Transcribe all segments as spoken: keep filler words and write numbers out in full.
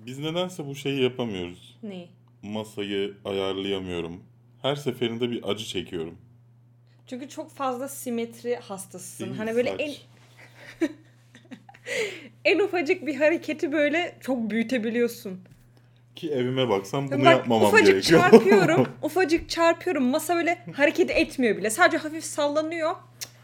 Biz nedense bu şeyi yapamıyoruz. Neyi? Masayı ayarlayamıyorum. Her seferinde bir acı çekiyorum. Çünkü çok fazla simetri hastasısın. Değil, Hani böyle saç. en en ufacık bir hareketi böyle çok büyütebiliyorsun. Ki evime baksam bunu Bak, yapmamam ufacık gerekiyor. çarpıyorum. ufacık çarpıyorum. Masa böyle hareket etmiyor bile. Sadece hafif sallanıyor.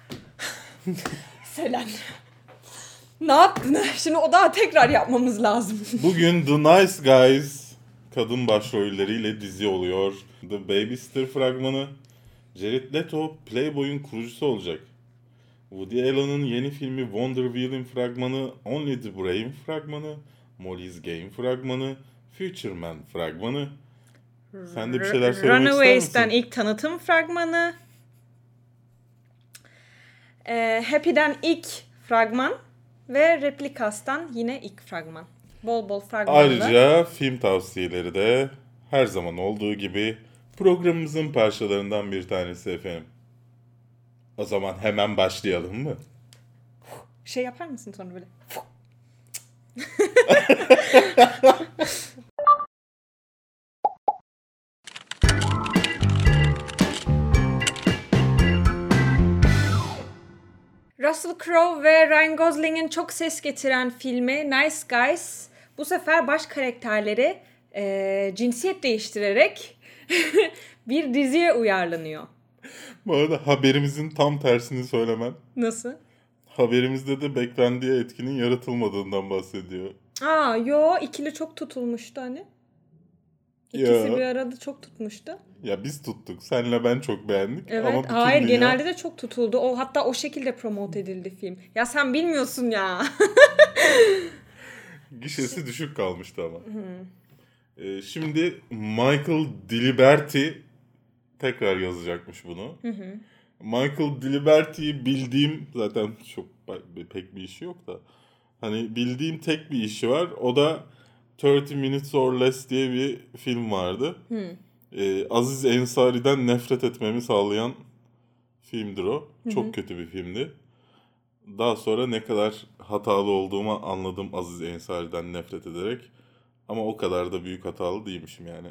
Selen. Ne yaptın? Şimdi o daha tekrar yapmamız lazım. Bugün The Nice Guys kadın başrolleriyle dizi oluyor. The Babysitter fragmanı. Jared Leto Playboy'un kurucusu olacak. Woody Allen'ın yeni filmi Wonder Wheel'in fragmanı. Only the Brave fragmanı. Molly's Game fragmanı. Future Man fragmanı. Sen de bir şeyler söylemek ister Runaways'ten misin? ilk tanıtım fragmanı. Ee, Happy'den ilk fragman. Ve Replicas'tan yine ilk fragman. Bol bol fragmanlı. Ayrıca film tavsiyeleri de her zaman olduğu gibi programımızın parçalarından bir tanesi efendim. O zaman hemen başlayalım mı? Şey yapar mısın sonra böyle? Russell Crowe ve Ryan Gosling'in çok ses getiren filmi Nice Guys bu sefer baş karakterleri e, cinsiyet değiştirerek bir diziye uyarlanıyor. Bu arada haberimizin tam tersini söylemem. Nasıl? Haberimizde de beklendiği etkinin yaratılmadığından bahsediyor. Aa yo ikili çok tutulmuştu hani. İkisi Ya. bir arada çok tutmuştu. Ya biz tuttuk. Senle ben çok beğendik. Evet. Ama bütün Hayır dünya... genelde de çok tutuldu. O hatta o şekilde promote edildi film. Ya sen bilmiyorsun ya. Gişesi düşük kalmıştı ama. Ee, şimdi Michael Diliberti tekrar yazacakmış bunu. Hı hı. Michael Diliberti'yi bildiğim zaten çok pek bir işi yok da. Hani bildiğim tek bir işi var. O da thirty Minutes or Less diye bir film vardı. Hı. Ee, Aziz Ensari'den nefret etmemi sağlayan filmdir o. Hı hı. Çok kötü bir filmdi. Daha sonra ne kadar hatalı olduğumu anladım Aziz Ensari'den nefret ederek. Ama o kadar da büyük hatalı değilmişim yani.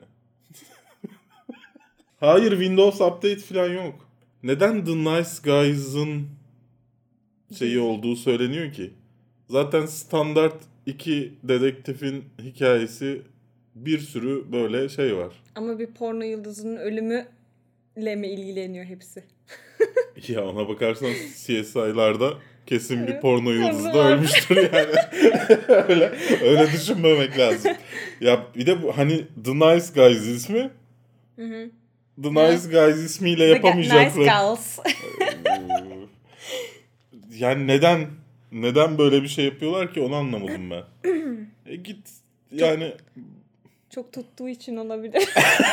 Hayır, Windows Update falan yok. Neden The Nice Guys'ın şeyi olduğu söyleniyor ki? Zaten standart iki dedektifin hikayesi, bir sürü böyle şey var. Ama bir porno yıldızının ölümüyle mi ilgileniyor hepsi? Ya ona bakarsan C S I'larda kesin bir Evet, porno yıldızı da porno. ölmüştür yani. öyle öyle düşünmemek lazım. Ya bir de bu hani The Nice Guys ismi. Hı hı. The Nice Guys ismiyle The yapamayacaklar. Nice Girls. Yani neden neden böyle bir şey yapıyorlar ki onu anlamadım ben. E git yani Çok tuttuğu için olabilir.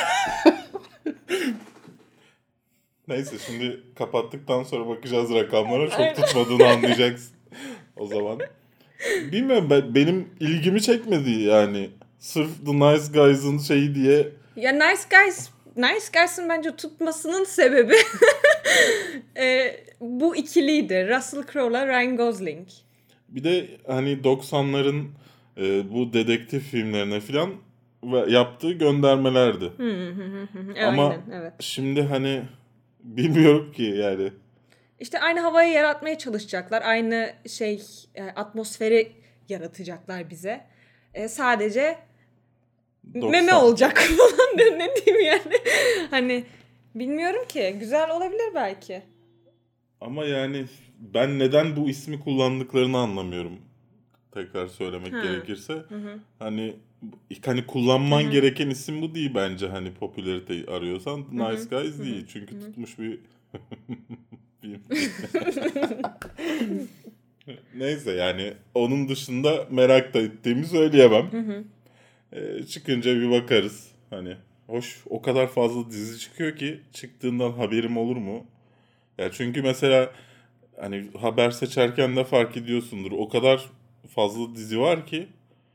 neyse şimdi kapattıktan sonra bakacağız rakamlara, çok tutmadığını anlayacaksın o zaman. Bilmiyorum, ben, benim ilgimi çekmedi yani. Sırf The Nice Guys'ın şeyi diye. Ya Nice Guys, Nice Guys'ın bence tutmasının sebebi e, bu ikiliydi. Russell Crowe'la Ryan Gosling. Bir de hani doksanların e, bu dedektif filmlerine falan yaptığı göndermelerdi. Hı hı hı hı. E, Ama aynen, evet. şimdi hani bilmiyorum ki yani. İşte aynı havayı yaratmaya çalışacaklar. Aynı şey e, atmosferi yaratacaklar bize. E, sadece doksan meme olacak falan de, ne diyeyim yani. Hani bilmiyorum ki. Güzel olabilir belki. Ama yani ben neden bu ismi kullandıklarını anlamıyorum. Tekrar söylemek Ha. gerekirse. Hı hı. Hani hani kullanman Hı hı. gereken isim bu değil bence, hani popülariteyi arıyorsan. Hı Nice hı. Guys Hı değil. hı. Çünkü Hı hı. tutmuş bir film. Neyse yani onun dışında merak da ettiğimi söyleyemem. Hı hı. Ee, çıkınca bir bakarız. Hani hoş, o kadar fazla dizi çıkıyor ki çıktığından haberim olur mu? Ya çünkü mesela hani haber seçerken de fark ediyorsundur. O kadar fazla dizi var ki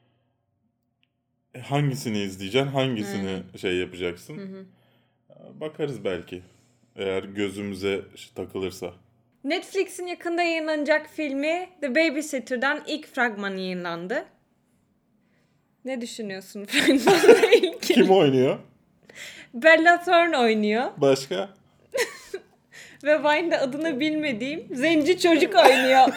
hangisini izleyeceksin, hangisini Aynen. şey yapacaksın. Hı hı. Bakarız belki. Eğer gözümüze takılırsa. Netflix'in yakında yayınlanacak filmi The Babysitter'dan ilk fragmanı yayınlandı. Ne düşünüyorsun fragmanla ilgili? Kim oynuyor? Bella Thorne oynuyor. Başka? Ve Vine'da adını bilmediğim zenci çocuk oynuyor.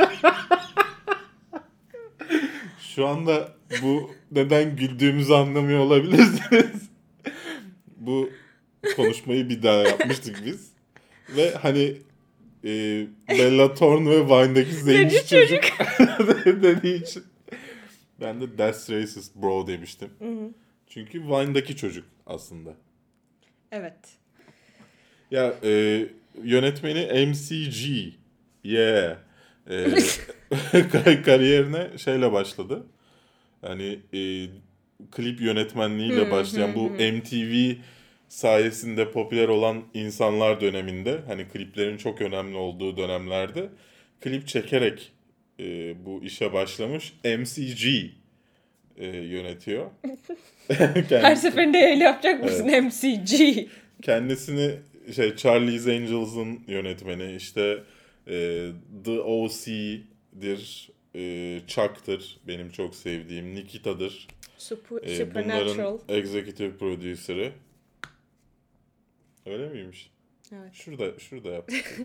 Şu anda bu neden güldüğümüzü anlamıyor olabilirsiniz. Bu konuşmayı bir daha yapmıştık biz. Ve hani e, Bella Thorne ve Vine'daki zenci, zenci çocuk, çocuk dediği için ben de that's racist bro demiştim. Hı hı. Çünkü Vine'daki çocuk aslında. Evet. Ya e, yönetmeni M C G. Yeah. E, kariyerine şeyle başladı. Hani e, klip yönetmenliğiyle başlayan bu M T V sayesinde popüler olan insanlar döneminde, hani kliplerin çok önemli olduğu dönemlerde klip çekerek e, bu işe başlamış. M C G e, yönetiyor. Her seferinde öyle yapacak mısın? Evet. M C G. Kendisini şey Charlie's Angels'ın yönetmeni, işte e, The O C'dir, e, Chuck'tır benim çok sevdiğim, Nikita'dır. Super, e, Supernatural. Bunların executive producer'ı. Öyle miymiş? Evet. Şurada şurada yaptık.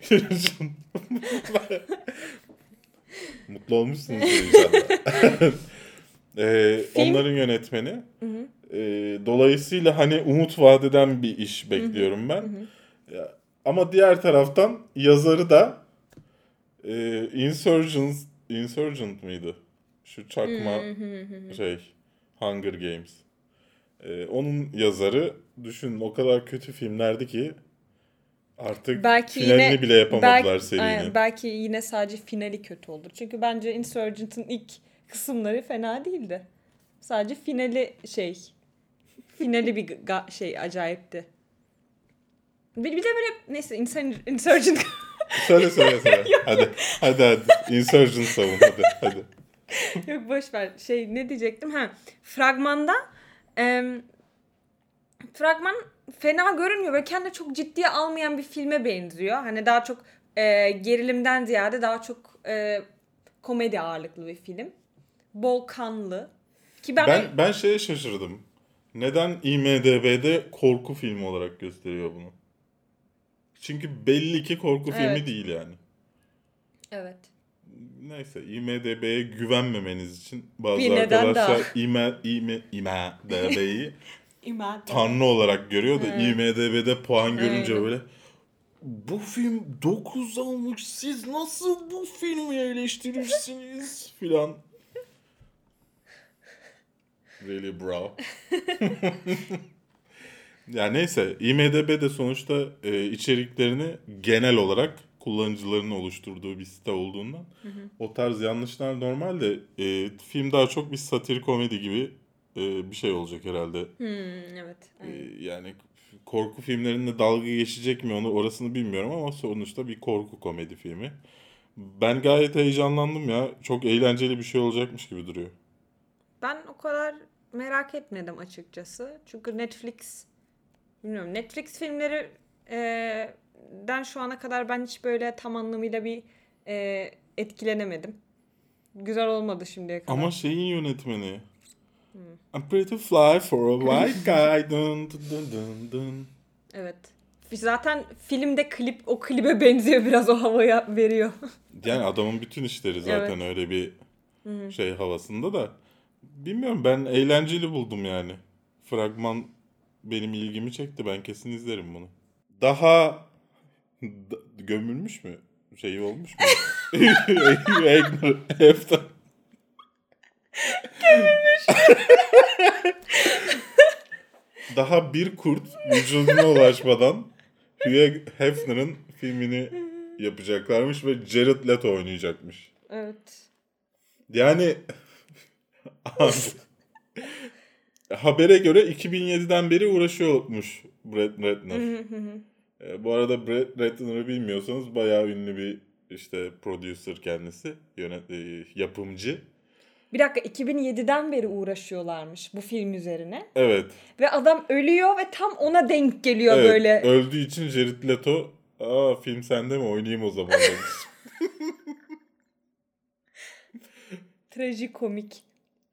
Mutlu olmuşsunuz inşallah. e, onların yönetmeni. Hı hı. E, dolayısıyla hani umut vaat eden bir iş bekliyorum ben. Hı hı. Ya, ama diğer taraftan yazarı da e, Insurgent, Insurgent mıydı? Şu çakma hı hı. şey Hunger Games. E, onun yazarı, düşünün, o kadar kötü filmlerdi ki artık belki finalini yine, bile yapamadılar belki, serinin. Aynen, belki yine sadece finali kötü olur. Çünkü bence Insurgent'ın ilk kısımları fena değildi. Sadece finali şey finali bir ga- şey acayipti. Bir, bir de böyle neyse insan Insurgent. söyle söyle söyle. hadi hadi hadi. Insurgent savun hadi hadi. Yok boş ver. Şey ne diyecektim? Ha, fragmanda e, fragman fena görünmüyor. Böyle kendini çok ciddiye almayan bir filme benziyor. Hani daha çok e, gerilimden ziyade daha çok e, komedi ağırlıklı bir film. Bol kanlı. Ki ben ben, ben şeye şaşırdım. Neden I M D B'de korku filmi olarak gösteriyor bunu? Çünkü belli ki korku evet. filmi değil yani. Evet. Neyse, I M D B'ye güvenmemeniz için bazı bir arkadaşlar I M D B'yi tanrı olarak görüyor da evet. I M D B'de puan görünce evet. böyle bu film dokuz almış, siz nasıl bu filmi eleştirirsiniz filan. Really bro. Ya neyse, I M D B de sonuçta e, içeriklerini genel olarak kullanıcıların oluşturduğu bir site olduğundan hı hı. o tarz yanlışlar normal de e, film daha çok bir satir komedi gibi e, bir şey olacak herhalde. Hmm, evet. E, yani korku filmlerinde dalga geçecek mi onu orasını bilmiyorum ama sonuçta bir korku komedi filmi. Ben gayet heyecanlandım ya. Çok eğlenceli bir şey olacakmış gibi duruyor. Ben o kadar merak etmedim açıkçası. Çünkü Netflix bilmiyorum. Netflix filmleri e, den şu ana kadar ben hiç böyle tam anlamıyla bir e, etkilenemedim. Güzel olmadı şimdiye kadar. Ama şeyin yönetmeni. Hmm. I'm pretty fly for a white guy. Dun, dun, dun, dun. Evet. Zaten filmde klip o klibe benziyor, biraz o havaya veriyor. Yani adamın bütün işleri zaten evet. öyle bir Hı-hı. şey havasında da. Bilmiyorum, ben eğlenceli buldum yani. Fragman benim ilgimi çekti. Ben kesin izlerim bunu. Daha da, gömülmüş mü? Şeyi olmuş mu? Egner Hefner. Gömülmüş. Daha bir kurt vücuduna ulaşmadan Hugh Hefner'ın filmini yapacaklarmış ve Jared Leto oynayacakmış. Evet. Yani habere göre iki bin yediden beri uğraşıyormuş Brett Ratner. e, bu arada Brett Ratner'ı bilmiyorsanız bayağı ünlü bir işte producer kendisi, yönet e, yapımcı. Bir dakika, iki bin yediden beri uğraşıyorlarmış bu film üzerine. Evet. Ve adam ölüyor ve tam ona denk geliyor evet, böyle. Öldüğü için Jared Leto, aa film sende mi, oynayayım o zaman demiş. Trajikomik.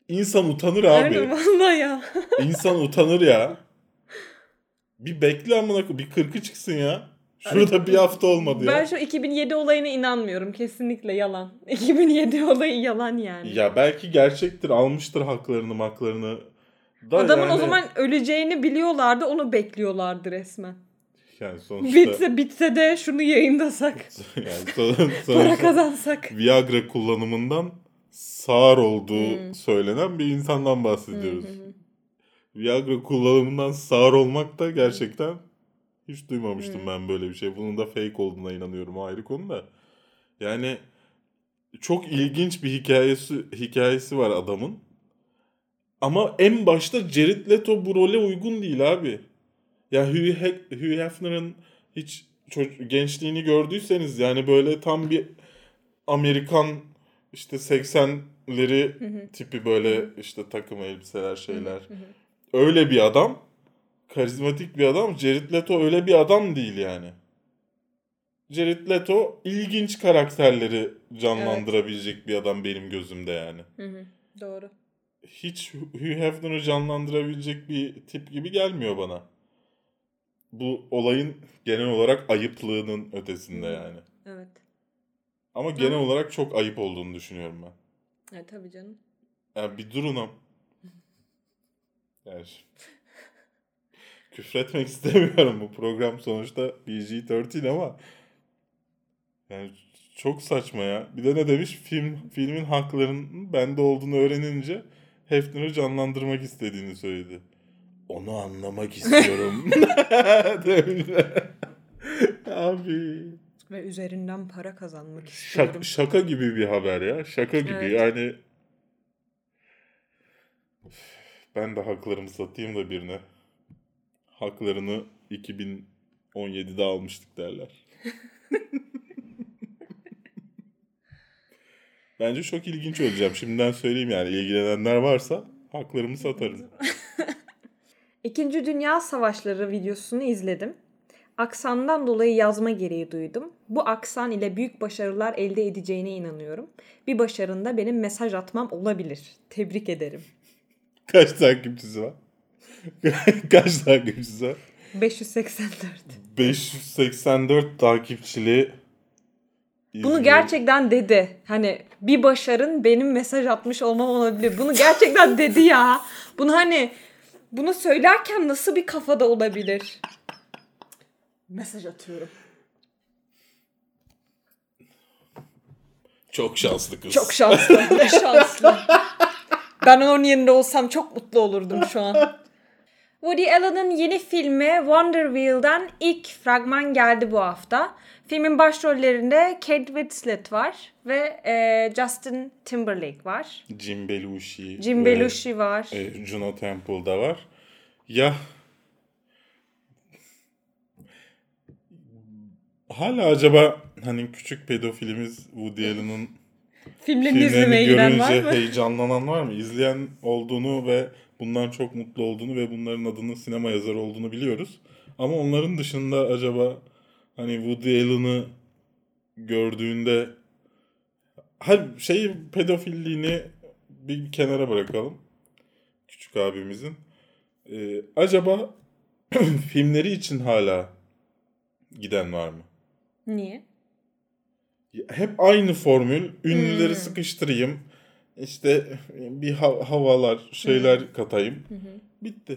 İnsan utanır abi. Aynen valla ya. İnsan utanır ya. Bir bekle amına koyayım. Bir kırkı çıksın ya. Şurada bir hafta olmadı ya. Ben şu iki bin yedi olayına inanmıyorum. Kesinlikle yalan. iki bin yedi olayı yalan yani. Ya belki gerçektir. Almıştır haklarını maklarını. Da Adamın yani... o zaman öleceğini biliyorlardı. Onu bekliyorlardı resmen. Yani sonuçta... Bitse bitse de şunu yayınlasak. yani sonuçta Para kazansak. Viagra kullanımından sağır olduğu hmm. söylenen bir insandan bahsediyoruz. Hmm. Viagra kullanımından sağır olmak da gerçekten hiç duymamıştım hmm. ben böyle bir şey. Bunun da fake olduğuna inanıyorum, o ayrı konu da. Yani çok ilginç bir hikayesi hikayesi var adamın. Ama en başta Jared Leto bu role uygun değil abi. Ya Hugh, Hugh Hefner'ın hiç çocuk, gençliğini gördüyseniz yani böyle tam bir Amerikan işte seksenleri hı hı. tipi böyle hı hı. işte takım elbiseler şeyler. Hı hı. Öyle bir adam. Karizmatik bir adam. Jared Leto öyle bir adam değil yani. Jared Leto ilginç karakterleri canlandırabilecek evet. bir adam benim gözümde yani. Hı hı. Doğru. Hiç Hugh Hefner'ı canlandırabilecek bir tip gibi gelmiyor bana. Bu olayın genel olarak ayıplığının ötesinde hmm. yani. Evet. Ama genel Ama... olarak çok ayıp olduğunu düşünüyorum ben. Evet tabii canım. Yani bir durun am. Yani küfretmek istemiyorum, bu program sonuçta P G on üç ama yani çok saçma ya. Bir de ne demiş? Film filmin haklarının bende olduğunu öğrenince Hefner'ı canlandırmak istediğini söyledi. Onu anlamak istiyorum. Abi. Ve üzerinden para kazanmak istiyorum. Şaka, şaka gibi bir haber ya. Şaka gibi evet. yani. Ben de haklarımı satayım da birine. Haklarını iki bin on yedide almıştık derler. Bence çok ilginç olacağım. Şimdiden söyleyeyim yani, ilgilenenler varsa haklarımı satarım. İkinci Dünya Savaşları videosunu izledim. Aksandan dolayı yazma gereği duydum. Bu aksan ile büyük başarılar elde edeceğine inanıyorum. Bir başarında benim mesaj atmam olabilir. Tebrik ederim. Kaç takipçisi var? Kaç takipçisi var? beş yüz seksen dört. beş yüz seksen dört takipçili. Bunu gerçekten dedi. Hani bir başarın benim mesaj atmış olmam olabilir. Bunu gerçekten dedi ya. Bunu hani bunu söylerken nasıl bir kafada olabilir? Mesaj atıyorum. Çok şanslı kız. Çok şanslı. Ne şanslı. Ben onun yerinde olsam çok mutlu olurdum şu an. Woody Allen'ın yeni filmi Wonder Wheel'den ilk fragman geldi bu hafta. Filmin başrollerinde Kate Winslet var ve e, Justin Timberlake var. Jim Belushi. Jim Belushi var. E, Juno Temple da var. Ya hala acaba hani küçük pedofilimiz Woody Allen'ın filmlerini izlemeye giden var mı? Heyecanlanan var mı? İzleyen olduğunu ve bundan çok mutlu olduğunu ve bunların adının sinema yazarı olduğunu biliyoruz. Ama onların dışında acaba hani Woody Allen'ı gördüğünde her şey, pedofilliğini bir kenara bırakalım. Küçük abimizin. Ee, acaba filmleri için hala giden var mı? Niye? Hep aynı formül. Ünlüleri hmm. sıkıştırayım. İşte bir hav- havalar, şeyler hmm. katayım. Hmm. Bitti.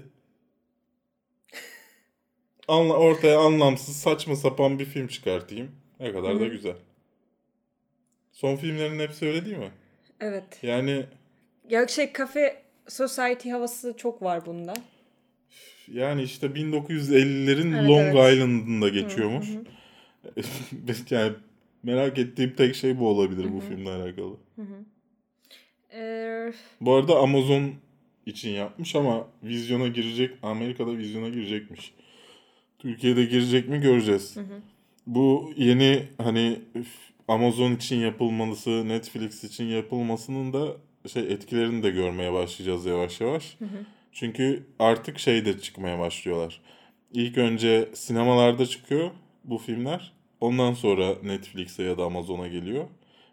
Anla, ortaya anlamsız, saçma sapan bir film çıkartayım. Ne kadar hmm. da güzel. Son filmlerin hepsi öyle değil mi? Evet. Yani... Ya şey, Cafe Society havası çok var bunda. Yani işte bin dokuz yüz ellilerin evet, Long evet. Island'ında geçiyormuş. Hı hı. Yani merak ettiğim tek şey bu olabilir, hı-hı, bu filmle alakalı. Ee... Bu arada Amazon için yapmış ama vizyona girecek, Amerika'da vizyona girecekmiş. Türkiye'de girecek mi göreceğiz. Hı-hı. Bu yeni hani Amazon için yapılması, Netflix için yapılmasının da şey etkilerini de görmeye başlayacağız yavaş yavaş. Hı hı. Çünkü artık şey de çıkmaya başlıyorlar. İlk önce sinemalarda çıkıyor bu filmler. Ondan sonra Netflix'e ya da Amazon'a geliyor.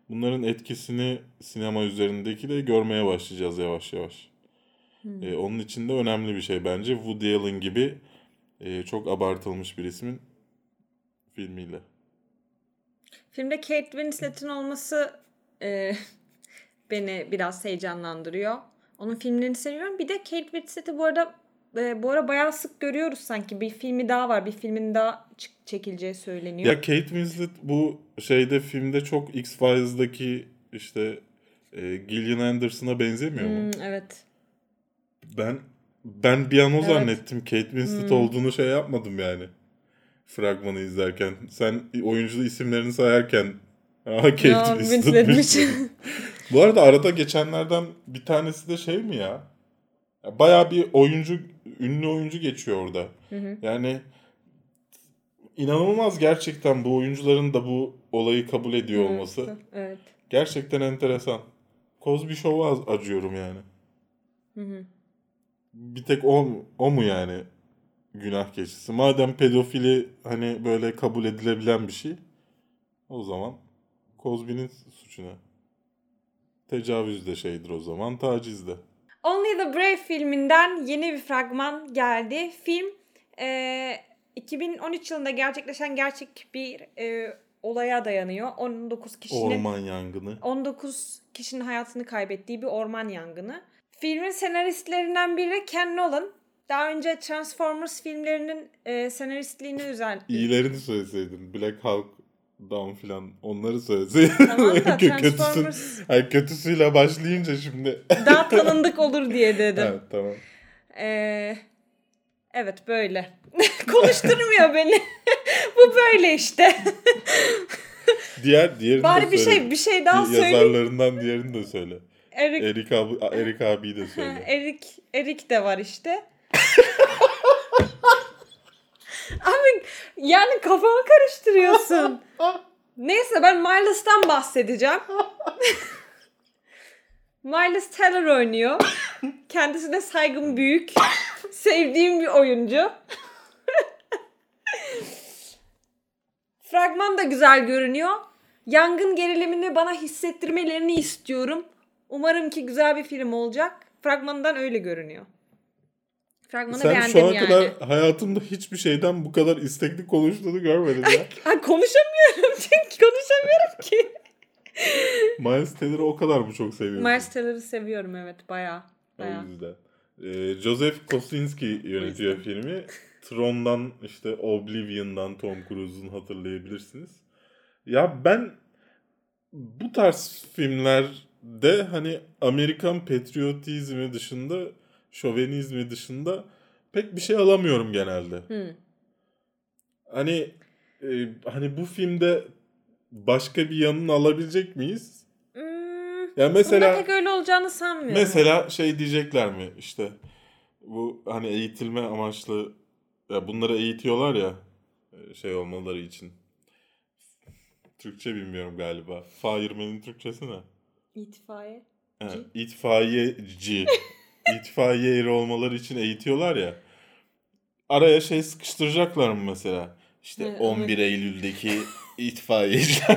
bunların etkisini sinema üzerindeki de görmeye başlayacağız yavaş yavaş. Hmm. Ee, onun için de önemli bir şey bence. Woody Allen gibi e, çok abartılmış bir ismin filmiyle. Filmde Kate Winslet'in olması e, beni biraz heyecanlandırıyor. Onun filmlerini seviyorum. Bir de Kate Winslet'i bu arada e, bu ara bayağı sık görüyoruz sanki. Bir filmi daha var. Bir filmin daha ç- çekileceği söyleniyor. Ya Kate Winslet bu şeyde filmde çok X-Files'daki işte e, Gillian Anderson'a benzemiyor mu? Hmm, evet. Ben ben bir an o evet. zannettim. Kate Winslet hmm. olduğunu şey yapmadım yani. Fragmanı izlerken. Sen oyuncu isimlerini sayarken aa Kate ya, Winslet'miş. Bu arada arada geçenlerden bir tanesi de şey mi ya? Bayağı bir oyuncu, ünlü oyuncu geçiyor orada. Hı hı. Yani inanılmaz gerçekten bu oyuncuların da bu olayı kabul ediyor evet, olması. Evet. Gerçekten enteresan. Cosby Show'a acıyorum yani. Hı hı. Bir tek o, o mu yani günah keçisi? Madem pedofili hani böyle kabul edilebilen bir şey, o zaman Cosby'nin suçu ne? Tecavüz de şeydir o zaman, taciz de. Only the Brave filminden yeni bir fragman geldi. Film e, iki bin on üç yılında gerçekleşen gerçek bir e, olaya dayanıyor. on dokuz kişinin orman yangını. on dokuz kişinin hayatını kaybettiği bir orman yangını. Filmin senaristlerinden biri Ken Nolan. Daha önce Transformers filmlerinin e, senaristliğini üzerine... İyilerini söyleseydin. Black Hawk Down filan onları söyleseydin. Tamam da Transformers... Hayır, kötüsüyle başlayınca şimdi... Daha tanındık olur diye dedim. Evet, tamam. Ee, evet böyle. Konuşturmuyor beni. Bu böyle işte. Diğer diğerini Bari de bir söyle. şey bir şey daha söyle. söyle. Yazarlarından diğerini de söyle. Erik Erik abi Erik abiyi de söyle. Erik Erik de var işte. Abi yani kafamı karıştırıyorsun. Neyse ben Miles'tan bahsedeceğim. Miles Teller oynuyor. Kendisine saygım büyük. Sevdiğim bir oyuncu. Fragman da güzel görünüyor. Yangın gerilimini bana hissettirmelerini istiyorum. Umarım ki güzel bir film olacak. Fragmandan öyle görünüyor. Fragmanı sen beğendim şu ana yani. kadar hayatımda hiçbir şeyden bu kadar istekli konuştuğunu görmedim ya. Ay, konuşamıyorum çünkü konuşamıyorum ki. Miles Teller'ı o kadar mı çok seviyorsun? Miles Teller'ı seviyorum evet bayağı. bayağı. O yüzden. Ee, Joseph Kosinski yönetiyor filmi. Tron'dan işte Oblivion'dan Tom Cruise'un hatırlayabilirsiniz. Ya ben bu tarz filmlerde hani Amerikan patriotizmi dışında, şovenizmi dışında pek bir şey alamıyorum genelde. Hmm. Hani e, hani bu filmde başka bir yanını alabilecek miyiz? Hmm, ya mesela pek öyle olacağını sanmıyorum. Mesela şey diyecekler mi işte bu hani eğitilme amaçlı ya bunları eğitiyorlar ya şey olmaları için. Türkçe bilmiyorum galiba. Fireman'in Türkçesi ne? İtfaiye. Ha, itfaiyeci. İtfaiye eri olmaları için eğitiyorlar ya. Araya şey sıkıştıracaklar mı mesela? İşte evet, on bir Eylül'deki itfaiyeciler.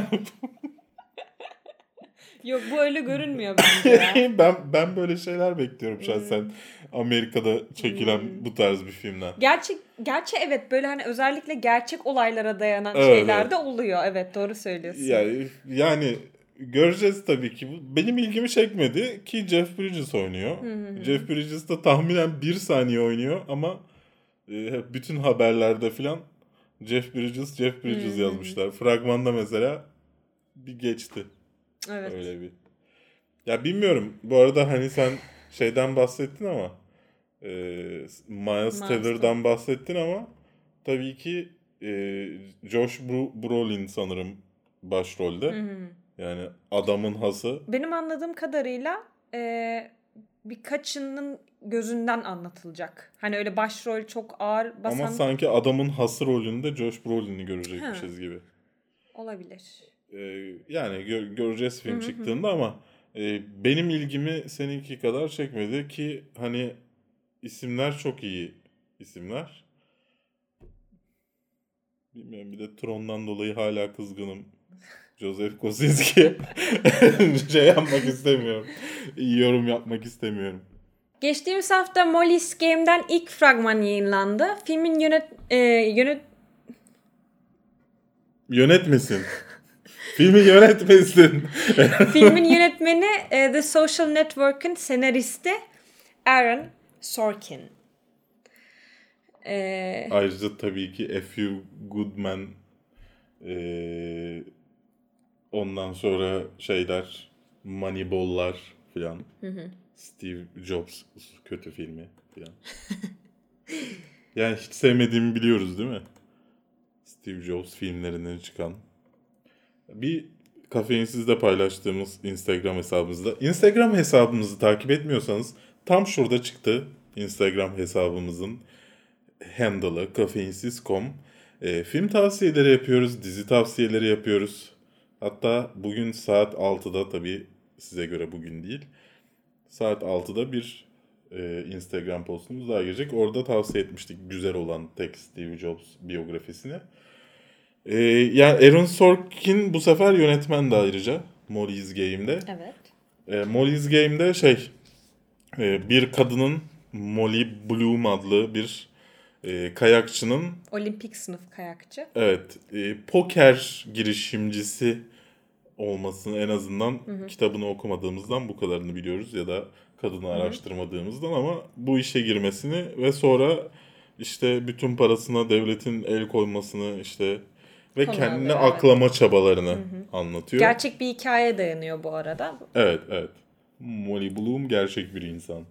Yok bu öyle görünmüyor bence ya. ben ben böyle şeyler bekliyorum şahsen. Hmm. Amerika'da çekilen hmm. bu tarz bir filmden. Gerçek gerçi evet böyle hani özellikle gerçek olaylara dayanan evet, şeyler evet. de oluyor. Evet doğru söylüyorsun. Yani yani göreceğiz tabii ki. Benim ilgimi çekmedi ki Jeff Bridges oynuyor. Hmm. Jeff Bridges de tahminen bir saniye oynuyor ama e, bütün haberlerde filan Jeff Bridges, Jeff Bridges hmm. yazmışlar. Fragmanda mesela bir geçti. Evet. Öyle bir. Ya bilmiyorum. Bu arada hani sen şeyden bahsettin ama e, Miles Teller'dan bahsettin ama tabii ki e, Josh Bro- Brolin sanırım başrolde. Hı hı. Yani adamın hası. Benim anladığım kadarıyla e, birkaçının gözünden anlatılacak. Hani öyle başrol çok ağır basan. Ama sanki adamın hası rolünde Josh Brolin'i görecekmişiz gibi. Olabilir. Ee, yani gö- göreceğiz film Hı-hı. çıktığında ama e, benim ilgimi seninki kadar çekmedi ki hani isimler çok iyi isimler. Bilmiyorum bir de Tron'dan dolayı hala kızgınım. Joseph Kosinski şey yapmak istemiyorum. İyi yorum yapmak istemiyorum. Geçtiğimiz hafta Molly's Game'den ilk fragman yayınlandı. Filmin yönet... E, yönet... Yönetmesin. Filmi yönetmesin. Filmin yönetmeni e, The Social Network'ın senaristi Aaron Sorkin. E... Ayrıca tabii ki A Few Good Men, e, ondan sonra şeyler, Moneyball'lar falan. Hı hı. Steve Jobs kötü filmi falan. Yani hiç sevmediğimi biliyoruz değil mi? Steve Jobs filmlerinden çıkan. Bir Kafeinsiz'de paylaştığımız Instagram hesabımızda. Instagram hesabımızı takip etmiyorsanız tam şurada çıktı Instagram hesabımızın handle'ı kafeinsiz nokta com. E, film tavsiyeleri yapıyoruz, dizi tavsiyeleri yapıyoruz. Hatta bugün saat altıda, tabii size göre bugün değil, saat altıda bir e, Instagram postumuz daha gelecek. Orada tavsiye etmiştik güzel olan tek Steve Jobs biyografisini. E, yani Aaron Sorkin bu sefer yönetmen de ayrıca Molly's Game'de. Evet. E, Molly's Game'de şey e, bir kadının, Molly Bloom adlı bir e, kayakçının, olimpik sınıf kayakçı. Evet, e, poker girişimcisi olmasını en azından hı hı. kitabını okumadığımızdan bu kadarını biliyoruz ya da kadını araştırmadığımızdan, ama bu işe girmesini ve sonra işte bütün parasına devletin el koymasını işte ve Konu kendini oluyor, aklama evet. çabalarını hı hı. anlatıyor. Gerçek bir hikaye dayanıyor bu arada. Evet, evet. Molly Bloom gerçek bir insan.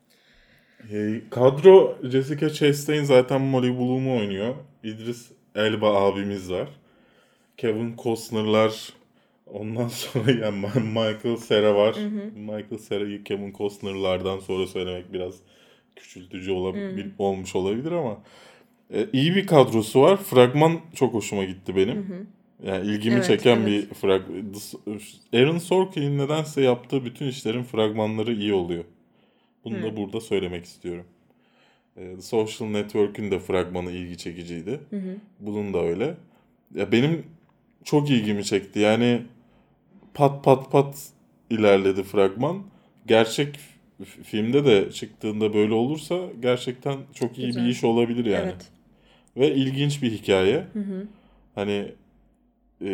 E, kadro Jessica Chastain zaten Molly Bloom'u oynuyor. İdris Elba abimiz var. Kevin Costner'lar, ondan sonra yani Michael Cera var. Hı hı. Michael Cera'yı Kevin Costner'lardan sonra söylemek biraz küçültücü olabil- olmuş olabilir ama e, iyi bir kadrosu var. Fragman çok hoşuma gitti benim. Hı hı. Yani ilgimi evet, çeken evet. bir fragman. Aaron Sorkin'in nedense yaptığı bütün işlerin fragmanları iyi oluyor. Bunu Hı. da burada söylemek istiyorum. The Social Network'ün de fragmanı ilgi çekiciydi. Hı hı. Bunun da öyle. Ya benim çok ilgimi çekti. Yani pat pat pat ilerledi fragman. Gerçek f- filmde de çıktığında böyle olursa gerçekten çok iyi Güzel. bir iş olabilir yani. Evet. Ve ilginç bir hikaye. Hı hı. Hani e,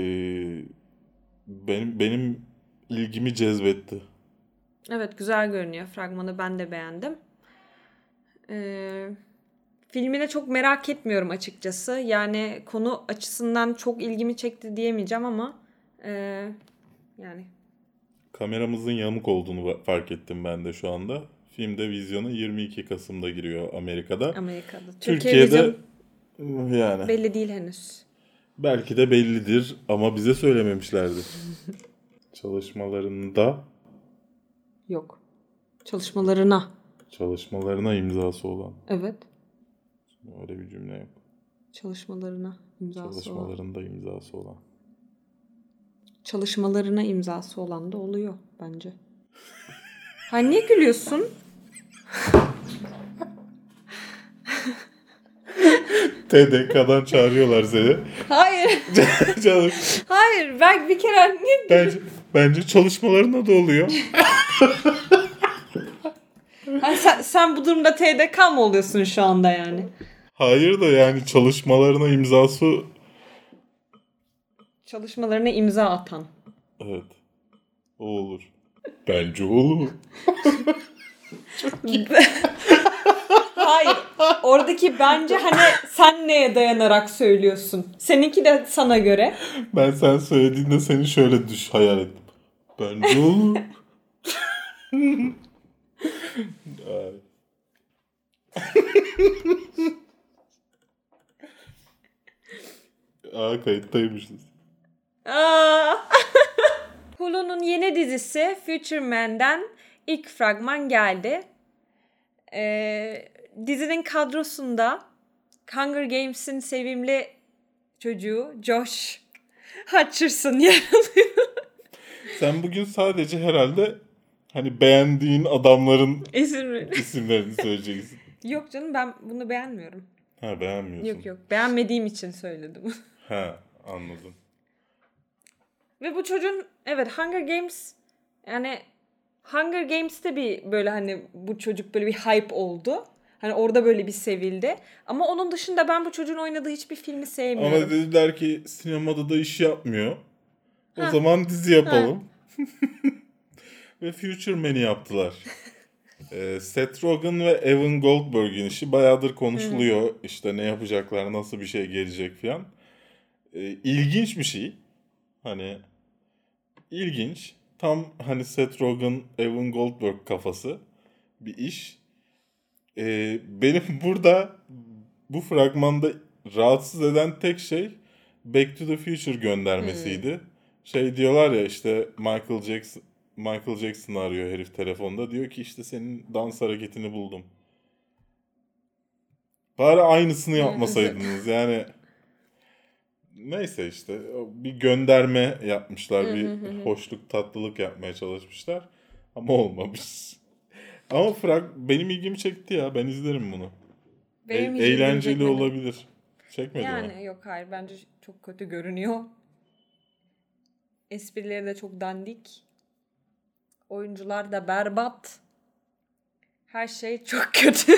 benim benim ilgimi cezbetti. Evet, güzel görünüyor. Fragmanı ben de beğendim. Ee, filmine çok merak etmiyorum açıkçası. Yani konu açısından çok ilgimi çekti diyemeyeceğim ama e, yani. Kameramızın yamuk olduğunu fark ettim ben de şu anda. Filmde vizyona yirmi iki Kasım'da giriyor Amerika'da. Amerika'da. Türkiye'de yani belli değil henüz. Belki de bellidir ama bize söylememişlerdir. Çalışmalarında yok. Çalışmalarına. Çalışmalarına imzası olan. Evet. Öyle bir cümle yok. Çalışmalarına imzası Çalışmalarında olan. imzası olan. Çalışmalarına imzası olan da oluyor bence. Ha, niye gülüyorsun? T D K'dan çağırıyorlar seni. Hayır. Canım. Hayır, ben bir kere niye bence, bence çalışmalarına da oluyor. Ha, sen, sen bu durumda T D K mı oluyorsun şu anda yani? Hayır da yani çalışmalarına imzası... Çalışmalarına imza atan. Evet. O olur. Bence olur. Hayır. Oradaki bence hani sen neye dayanarak söylüyorsun? Seninki de sana göre. Ben sen söylediğinde seni şöyle düş hayal ettim. Bence olur. Aa, kayıttaymışız. Aa. Hulu'nun yeni dizisi Future Man'den ilk fragman geldi. Ee, dizinin kadrosunda Hunger Games'in sevimli çocuğu Josh Hutcherson yer alıyor. Sen bugün sadece herhalde hani beğendiğin adamların İsimleri. isimlerini söyleyeceksin. Yok canım, ben bunu beğenmiyorum. Ha, beğenmiyorsun. Yok yok, beğenmediğim için söyledim. Ha, anladım. Ve bu çocuğun evet Hunger Games yani Hunger Games'te bir böyle hani bu çocuk böyle bir hype oldu. Hani orada böyle bir sevildi. Ama onun dışında ben bu çocuğun oynadığı hiçbir filmi sevmiyorum. Ama dediler ki sinemada da iş yapmıyor. O Ha. zaman dizi yapalım. Ve Future Man'i yaptılar. Ee, Seth Rogen ve Evan Goldberg'in işi bayağıdır konuşuluyor. Hı-hı. İşte ne yapacaklar, nasıl bir şey gelecek falan. Ee, ilginç bir şey. Hani ilginç. Tam hani Seth Rogen, Evan Goldberg kafası bir iş. Ee, benim burada bu fragmanda rahatsız eden tek şey Back to the Future göndermesiydi. Hmm. Şey diyorlar ya işte Michael Jackson Michael Jackson arıyor herif telefonda. Diyor ki işte senin dans hareketini buldum. Bari aynısını yapmasaydınız yani. Neyse işte bir gönderme yapmışlar. Bir hoşluk tatlılık yapmaya çalışmışlar. Ama olmamış. Ama frag benim ilgimi çekti ya. Ben izlerim bunu. Benim e- eğlenceli olabilir. Çekmedi yani mi? Yok hayır bence çok kötü görünüyor. Esprileri de çok dandik. Oyuncular da berbat. Her şey çok kötü.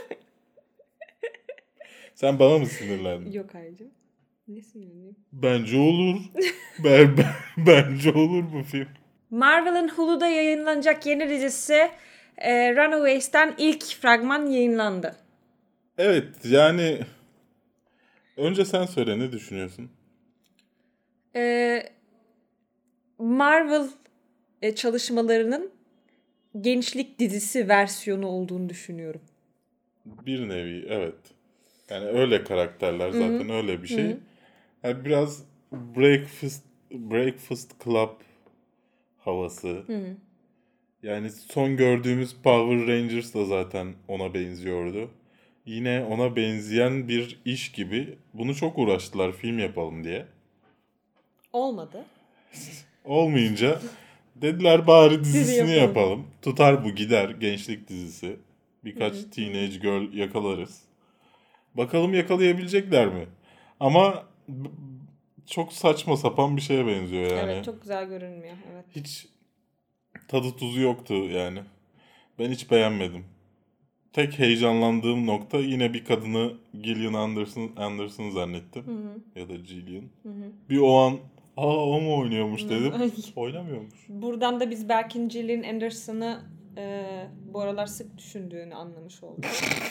Sen bana mı sinirlendin? Yok hayırcığım. Ne sinirliyim? Bence olur. ben, ben, bence olur bu film. Marvel'ın Hulu'da yayınlanacak yeni dizisi e, Runaways'ten ilk fragman yayınlandı. Evet yani önce sen söyle ne düşünüyorsun? Ee, Marvel e, çalışmalarının gençlik dizisi versiyonu olduğunu düşünüyorum. Bir nevi evet. Yani öyle karakterler zaten Hı-hı. öyle bir şey. Hı-hı. Yani biraz Breakfast Breakfast Club havası. Hı-hı. Yani son gördüğümüz Power Rangers da zaten ona benziyordu. Yine ona benzeyen bir iş gibi. Bunu çok uğraştılar film yapalım diye. Olmadı. Olmayınca dediler bari dizisini yapalım. yapalım. Tutar bu gider gençlik dizisi. Birkaç Hı-hı. teenage girl yakalarız. Bakalım yakalayabilecekler mi? Ama çok saçma sapan bir şeye benziyor yani. Evet çok güzel görünmüyor. Evet. Hiç tadı tuzu yoktu yani. Ben hiç beğenmedim. Tek heyecanlandığım nokta yine bir kadını Gillian Anderson, Anderson zannettim. Hı hı. Ya da Gillian. Hı hı. Bir o an aa o mu oynuyormuş dedim. Oynamıyormuş. Buradan da biz Berkin Gillian Anderson'ı e, bu aralar sık düşündüğünü anlamış olduk.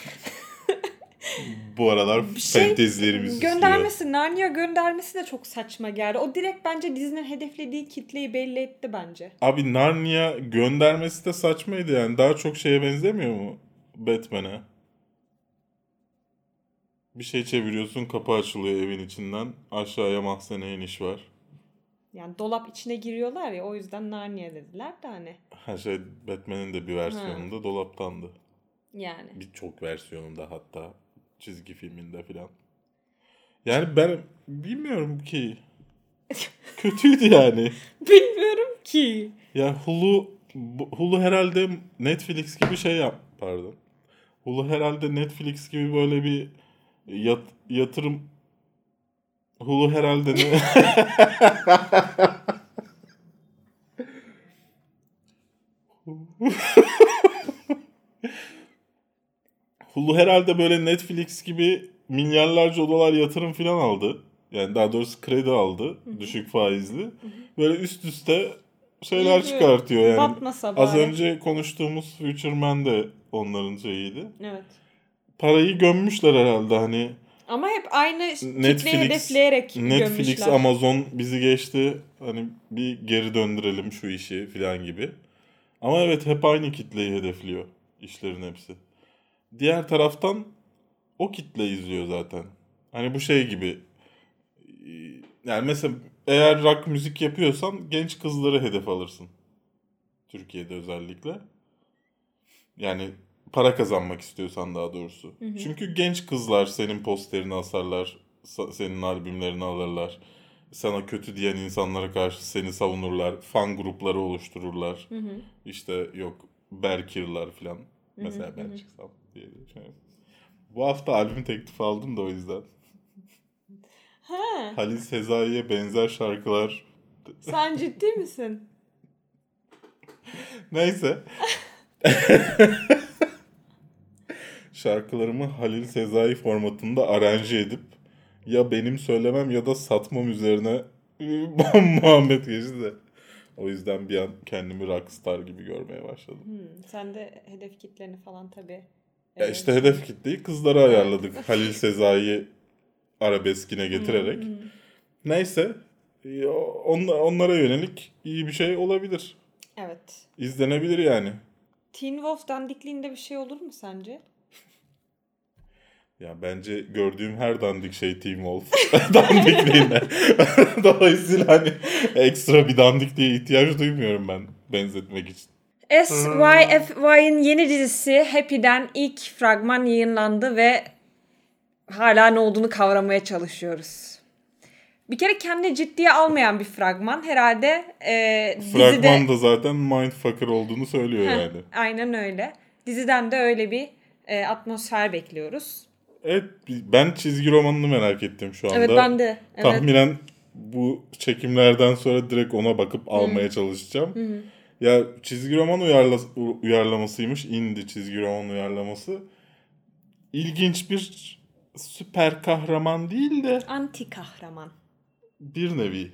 Bu aralar şey, fantezilerimiz göndermesi, istiyor. Narnia göndermesi de çok saçma geldi. O direkt bence Disney'nin hedeflediği kitleyi belli etti bence. Abi Narnia göndermesi de saçmaydı yani. Daha çok şeye benzemiyor mu? Batman'e. Bir şey çeviriyorsun, kapı açılıyor evin içinden. Aşağıya mahzene iniş var. Yani dolap içine giriyorlar ya, o yüzden Narnia dediler de hani. Her şey Batman'in de bir versiyonunda ha. dolaptandı. Yani. Birçok versiyonunda hatta çizgi filminde filan. Yani ben bilmiyorum ki. Kötüydü yani. Bilmiyorum ki. Ya Hulu Hulu herhalde Netflix gibi şey yap pardon. Hulu herhalde Netflix gibi böyle bir yat, yatırım Hulu herhalde ne? Hulu herhalde böyle Netflix gibi milyarlarca dolar yatırım falan aldı. Yani daha doğrusu kredi aldı. Hı-hı. Düşük faizli. Hı-hı. Böyle üst üste şeyler İyi, çıkartıyor yani. Batmasa bari. Az önce konuştuğumuz Future Man de onların şeyiydi. Evet. Parayı gömmüşler herhalde hani. Ama hep aynı kitleyi hedefleyerek Netflix, gömmüşler. Amazon bizi geçti. Hani bir geri döndürelim şu işi falan gibi. Ama evet hep aynı kitleyi hedefliyor işlerin hepsi. Diğer taraftan o kitle izliyor zaten. Hani bu şey gibi. Yani mesela eğer rock müzik yapıyorsan genç kızları hedef alırsın. Türkiye'de özellikle. Yani para kazanmak istiyorsan daha doğrusu. Hı hı. Çünkü genç kızlar senin posterini asarlar. Senin albümlerini alırlar. Sana kötü diyen insanlara karşı seni savunurlar. Fan grupları oluştururlar. Hı hı. İşte yok Berkir'lar falan. Hı hı. Mesela ben çıksam diye düşünüyorum. Bu hafta albüm teklifi aldım da o yüzden. Ha. Halil Sezai'ye benzer şarkılar Sen ciddi misin? Neyse. Şarkılarımı Halil Sezai formatında aranje edip ya benim söylemem ya da satmam üzerine muhabbet geçti de. O yüzden bir an kendimi rockstar gibi görmeye başladım. Hmm, sen de hedef kitleni falan tabii. Ya Evet. işte hedef kitleyi kızlara ayarladık. Halil Sezai'yi arabeskine getirerek. Hmm, hmm. Neyse. Onlara yönelik iyi bir şey olabilir. Evet. İzlenebilir yani. Teen Wolf dandikliğinde bir şey olur mu sence? Ya bence gördüğüm her dandik şey Teen Wolf dandikliğine. Dolayısıyla hani ekstra bir dandikliğe ihtiyaç duymuyorum ben benzetmek için. S Y F Y'nin yeni dizisi Happy'den ilk fragman yayınlandı ve hala ne olduğunu kavramaya çalışıyoruz. Bir kere kendini ciddiye almayan bir fragman. Herhalde e, Fragman dizide... da zaten mindfucker olduğunu söylüyor Heh, yani. Aynen öyle. Diziden de öyle bir e, atmosfer bekliyoruz. Evet, ben çizgi romanını merak ettim şu anda. Evet, ben de. Evet. Tahminen bu çekimlerden sonra direkt ona bakıp hmm. almaya çalışacağım. Hmm. Ya çizgi roman uyarla, uyarlamasıymış. Indie çizgi roman uyarlaması. İlginç bir süper kahraman değil de... Anti kahraman. Bir nevi.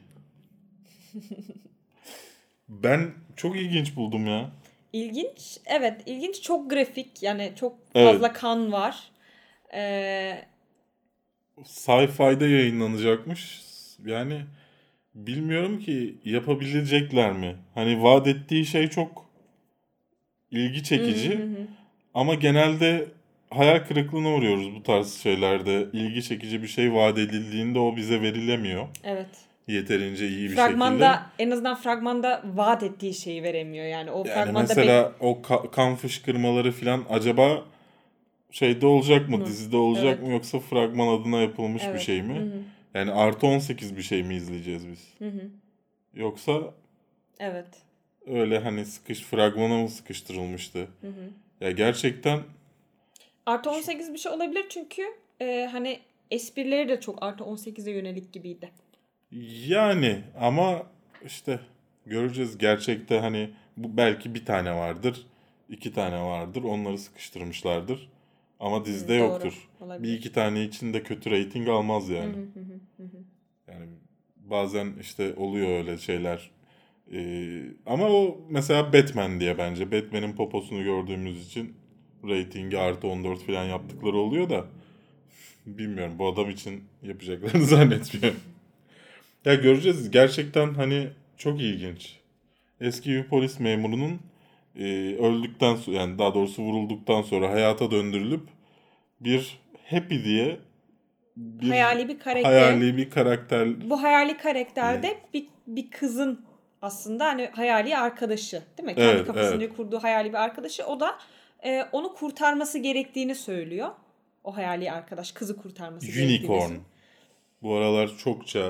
Ben çok ilginç buldum ya. İlginç. Evet, ilginç. Çok grafik. Yani çok fazla evet. kan var. Ee... Sci-Fi'de yayınlanacakmış. Yani bilmiyorum ki yapabilecekler mi? Hani vaat ettiği şey çok ilgi çekici. Hı hı hı. Ama genelde hayal kırıklığına uğruyoruz bu tarz şeylerde. İlgi çekici bir şey vaat edildiğinde o bize verilemiyor. Evet. Yeterince iyi bir fragmanda, şekilde. En azından fragmanda vaat ettiği şeyi veremiyor. Yani o yani fragmanda mesela be- o ka- kan fışkırmaları falan acaba şeyde olacak mı? Hı. Dizide olacak evet. mı? Yoksa fragman adına yapılmış evet. bir şey mi? Hı hı. Yani artı on sekiz bir şey mi izleyeceğiz biz? Hı hı. Yoksa evet. öyle hani sıkış fragmana mı sıkıştırılmıştı? Hı hı. Ya gerçekten artı on sekiz bir şey olabilir çünkü e, hani esprileri de çok artı on sekize yönelik gibiydi. Yani ama işte göreceğiz gerçekte hani bu belki bir tane vardır, iki tane vardır. Onları sıkıştırmışlardır. Ama dizide hmm, yoktur. Doğru, bir iki tane için de kötü reyting almaz yani. Hı hı hı hı. Yani bazen işte oluyor öyle şeyler. Ee, ama o mesela Batman diye bence. Batman'in poposunu gördüğümüz için reytingi artı on dört falan yaptıkları oluyor da bilmiyorum bu adam için yapacaklarını zannetmiyorum. Ya göreceğiz. Gerçekten hani çok ilginç. Eski bir polis memurunun e, öldükten sonra yani daha doğrusu vurulduktan sonra hayata döndürülüp bir Happy diye bir hayali bir karakter. Hayali bir karakter. Bu hayali karakterde ne? bir bir kızın aslında hani hayali arkadaşı, değil mi? Kendi evet, kafasında evet. kurduğu hayali bir arkadaşı. O da e, onu kurtarması gerektiğini söylüyor. O hayali arkadaş kızı kurtarması Unicorn. gerektiğini. Unicorn. Bu aralar çokça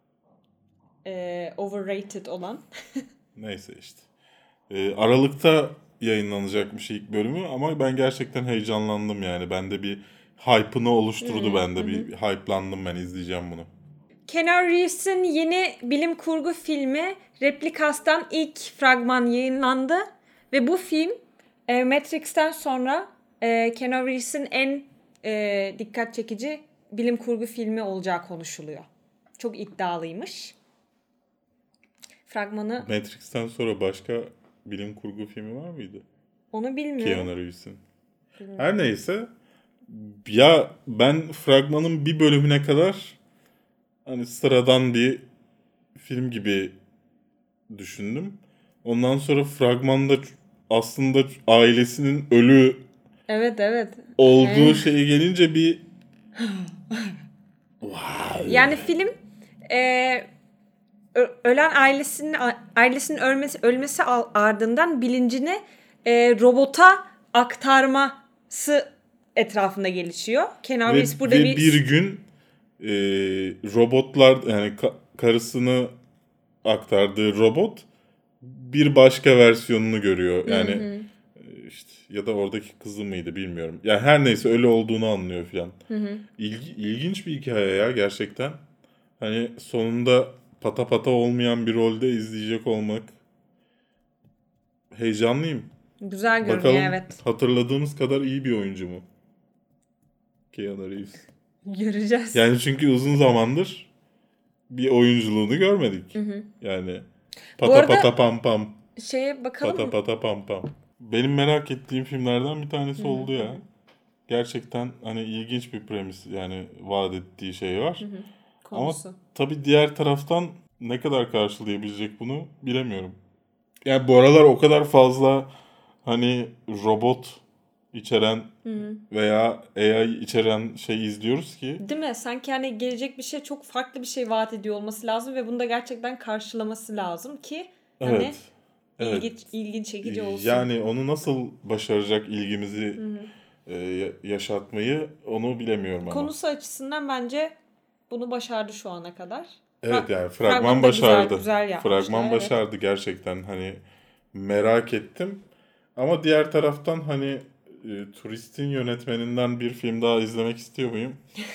e, overrated olan. Neyse işte. E, Aralık'ta yayınlanacakmış ilk bölümü ama ben gerçekten heyecanlandım yani. Bende bir hype'ını oluşturdu hmm, bende. Hı. Bir hype'landım ben izleyeceğim bunu. Keanu Reeves'in yeni bilim kurgu filmi Replikas'tan ilk fragman yayınlandı. Ve bu film e, Matrix'ten sonra e, Keanu Reeves'in en e, dikkat çekici bilim kurgu filmi olacağı konuşuluyor. Çok iddialıymış. Fragmanı... Matrix'ten sonra başka bilim kurgu filmi var mıydı? Onu bilmiyorum. Keanu Reeves'in. Her neyse. Ya ben fragmanın bir bölümüne kadar hani sıradan bir film gibi düşündüm. Ondan sonra fragmanda aslında ailesinin ölü evet evet olduğu şeye gelince bir wow. Yani film e, ölen ailesinin ailesinin ölmesi ölmesi ardından bilincini e, robota aktarması etrafında gelişiyor. Keanu Reeves burada ve bir bir gün e, robotlar yani ka- karısını aktardığı robot bir başka versiyonunu görüyor. Yani hı hı. işte ya da oradaki kızı mıydı bilmiyorum. Yani her neyse öyle olduğunu anlıyor filan. İlgi, ilginç bir hikaye ya gerçekten. Hani sonunda pata pata olmayan bir rolde izleyecek olmak. Heyecanlıyım. Güzel görünüyor, bakalım, evet. hatırladığımız kadar iyi bir oyuncu mu? Keanu Reeves. Göreceğiz. Yani çünkü uzun zamandır bir oyunculuğunu görmedik. Hı hı. Yani pata arada, pata pam pam. Şeye bakalım Pata mı? pata pam pam. Benim merak ettiğim filmlerden bir tanesi Hı-hı. oldu ya. Gerçekten hani ilginç bir premis, yani vaat ettiği şey var. Hı-hı. Konusu. Ama tabii diğer taraftan ne kadar karşılayabilecek bunu bilemiyorum. Yani bu aralar o kadar fazla hani robot içeren Hı-hı. veya A I içeren şey izliyoruz ki. Değil mi? Sanki hani gelecek bir şey, çok farklı bir şey vaat ediyor olması lazım ve bunu da gerçekten karşılaması lazım ki hani evet. Evet. ilginç, ilginç çekici olsun. Yani onu nasıl başaracak, ilgimizi e, yaşatmayı, onu bilemiyorum ama. Konusu açısından bence bunu başardı şu ana kadar. Evet, yani fragman, fragman başardı. Güzel, güzel fragman evet. başardı gerçekten, hani merak ettim. Ama diğer taraftan hani e, Turist'in yönetmeninden bir film daha izlemek istiyor muyum?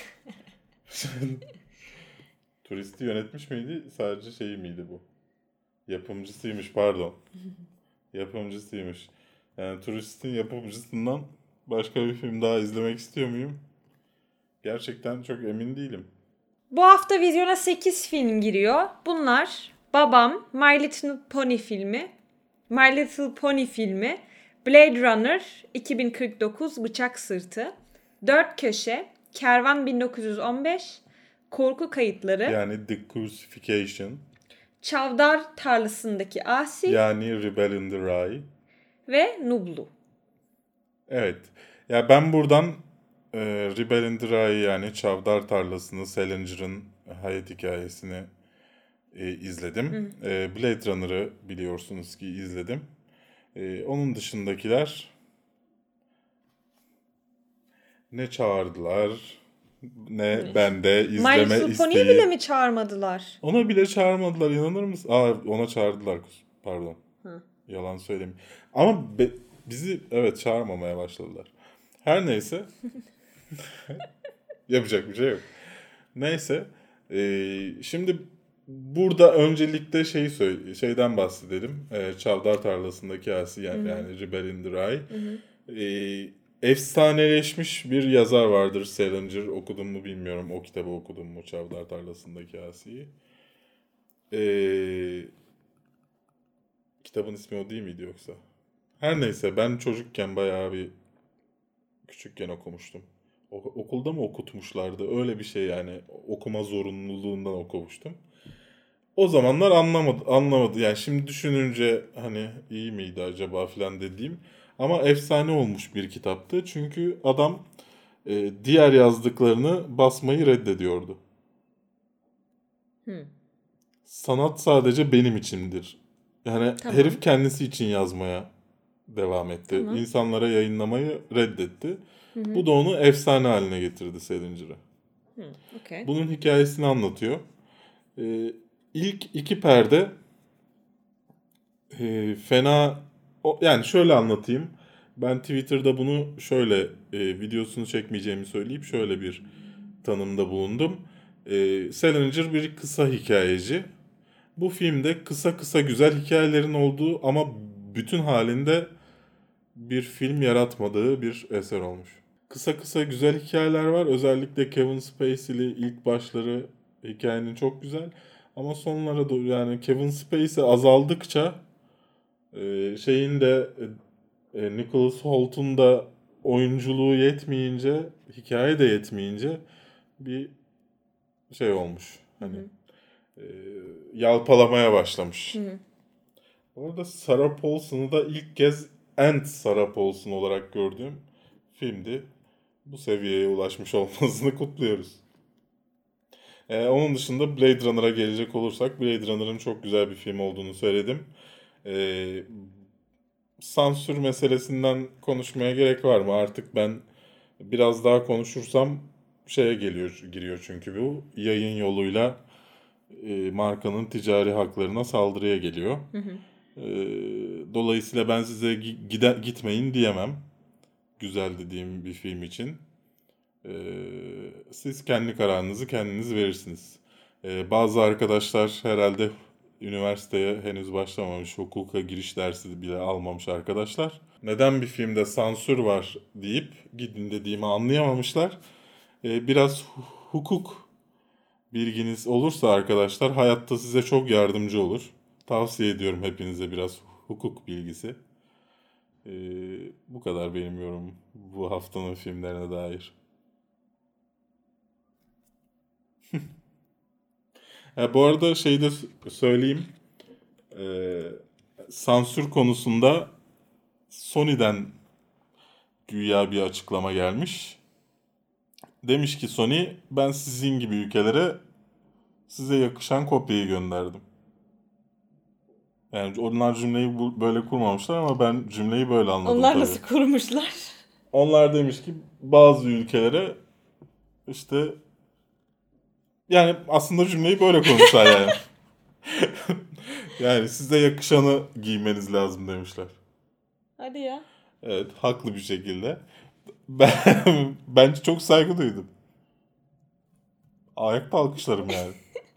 Turist'i yönetmiş miydi? Sadece şeyi miydi bu? Yapımcısıymış, pardon. Yapımcısıymış. Yani Turist'in yapımcısından başka bir film daha izlemek istiyor muyum? Gerçekten çok emin değilim. Bu hafta vizyona sekiz film giriyor. Bunlar Babam, My Little Pony filmi, My Little Pony filmi, Blade Runner iki bin kırk dokuz, Bıçak Sırtı, Dört Köşe, Kervan bin dokuz yüz on beş, Korku Kayıtları, yani The Crucifixion, Çavdar Tarlası'ndaki Asi, yani Rebel in the Rye ve Nublu. Evet. Ya ben buradan e, Rebel in the Rye, yani Çavdar Tarlası'nı, Salinger'ın hayat hikayesini e, izledim. E, Blade Runner'ı biliyorsunuz ki izledim. E, onun dışındakiler ne çağırdılar, ne bende izleme My Little isteği. Pony'yi bile mi çağırmadılar? Ona bile çağırmadılar, inanır mısın? Aa, ona çağırdılar, pardon. Hı. Yalan söyleyeyim. Ama be, bizi evet çağırmamaya başladılar. Her neyse. Yapacak bir şey yok. Neyse. Ee, şimdi burada öncelikle şeyi söyle, şeyden bahsedelim. Ee, Çavdar Tarlası'ndaki Asi, yani, yani Rebel in the Rye. Ee, efsaneleşmiş bir yazar vardır, Salinger. Okudun mu bilmiyorum. O kitabı okudun mu, Çavdar Tarlası'ndaki Asi'yi? Ee, kitabın ismi o değil miydi yoksa? Her neyse, ben çocukken bayağı bir küçükken okumuştum. Okulda mı okutmuşlardı? Öyle bir şey yani. Okuma zorunluluğundan okumuştum. O zamanlar anlamadı, anlamadı. Yani şimdi düşününce hani iyi miydi acaba falan dediğim. Ama efsane olmuş bir kitaptı. Çünkü adam e, diğer yazdıklarını basmayı reddediyordu. Hmm. Sanat sadece benim içindir. Yani tamam. Herif kendisi için yazmaya devam etti. Tamam. İnsanlara yayınlamayı reddetti. Hı hı. Bu da onu efsane haline getirdi, Salinger'ı. Okay. Bunun hikayesini anlatıyor. Ee, ilk iki perde e, fena... O, yani şöyle anlatayım. Ben Twitter'da bunu şöyle e, videosunu çekmeyeceğimi söyleyip şöyle bir tanımda bulundum. E, Salinger bir kısa hikayeci. Bu filmde kısa kısa güzel hikayelerin olduğu ama bütün halinde bir film yaratmadığı bir eser olmuş. Kısa kısa güzel hikayeler var. Özellikle Kevin Spacey'li ilk başları hikayenin çok güzel. Ama sonlara doğru, yani Kevin Spacey azaldıkça e, şeyin de e, Nicholas Holt'un da oyunculuğu yetmeyince, hikaye de yetmeyince bir şey olmuş. Hani e, yalpalamaya başlamış. Hı hı. Orada Sarah Paulson'u da ilk kez Ant Sarah Paulson olarak gördüğüm filmdi. Bu seviyeye ulaşmış olmasını kutluyoruz. Ee, onun dışında Blade Runner'a gelecek olursak, Blade Runner'ın çok güzel bir film olduğunu söyledim. Ee, sansür meselesinden konuşmaya gerek var mı? Artık ben biraz daha konuşursam şeye geliyor, giriyor çünkü bu yayın yoluyla e, markanın ticari haklarına saldırıya geliyor. Hı hı. E, dolayısıyla ben size gide, gitmeyin diyemem. Güzel dediğim bir film için. E, siz kendi kararınızı kendiniz verirsiniz. Ee, bazı arkadaşlar herhalde üniversiteye henüz başlamamış, hukuka giriş dersi bile almamış arkadaşlar. Neden bir filmde sansür var deyip gidin dediğimi anlayamamışlar. Ee, biraz hukuk bilginiz olursa arkadaşlar hayatta size çok yardımcı olur. Tavsiye ediyorum hepinize biraz hukuk bilgisi. Ee, bu kadar benim yorumum bu haftanın filmlerine dair. Ha, bu arada şey de söyleyeyim. Ee, sansür konusunda Sony'den güya bir açıklama gelmiş. Demiş ki Sony, ben sizin gibi ülkelere size yakışan kopyayı gönderdim. Yani onlar cümleyi bu, böyle kurmamışlar ama ben cümleyi böyle anladım. Onlar tabii. nasıl kurmuşlar? Onlar demiş ki bazı ülkelere işte yani aslında cümleyi böyle kurmuşlar yani. Yani size yakışanı giymeniz lazım demişler. Hadi ya. Evet, haklı bir şekilde. Ben bence çok saygı duydum. Ayakta alkışlarım yani.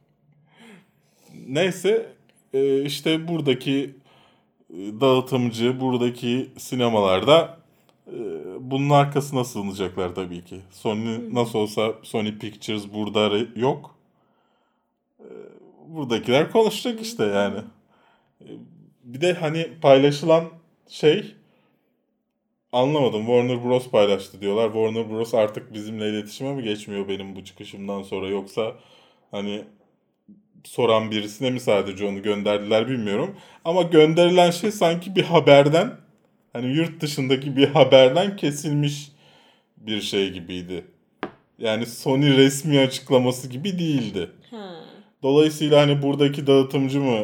Neyse e, işte buradaki e, dağıtımcı, buradaki sinemalarda e, bunun arkasına sığınacaklar tabii ki. Sony nasıl olsa Sony Pictures burada re- yok. E, buradakiler konuşacak işte yani. E, bir de hani paylaşılan şey anlamadım. Warner Bros paylaştı diyorlar. Warner Bros artık bizimle iletişime mi geçmiyor benim bu çıkışımdan sonra, yoksa hani soran birisine mi sadece onu gönderdiler bilmiyorum. Ama gönderilen şey sanki bir haberden, hani yurt dışındaki bir haberden kesilmiş bir şey gibiydi. Yani Sony resmi açıklaması gibi değildi. Ha. Dolayısıyla hani buradaki dağıtımcı mı?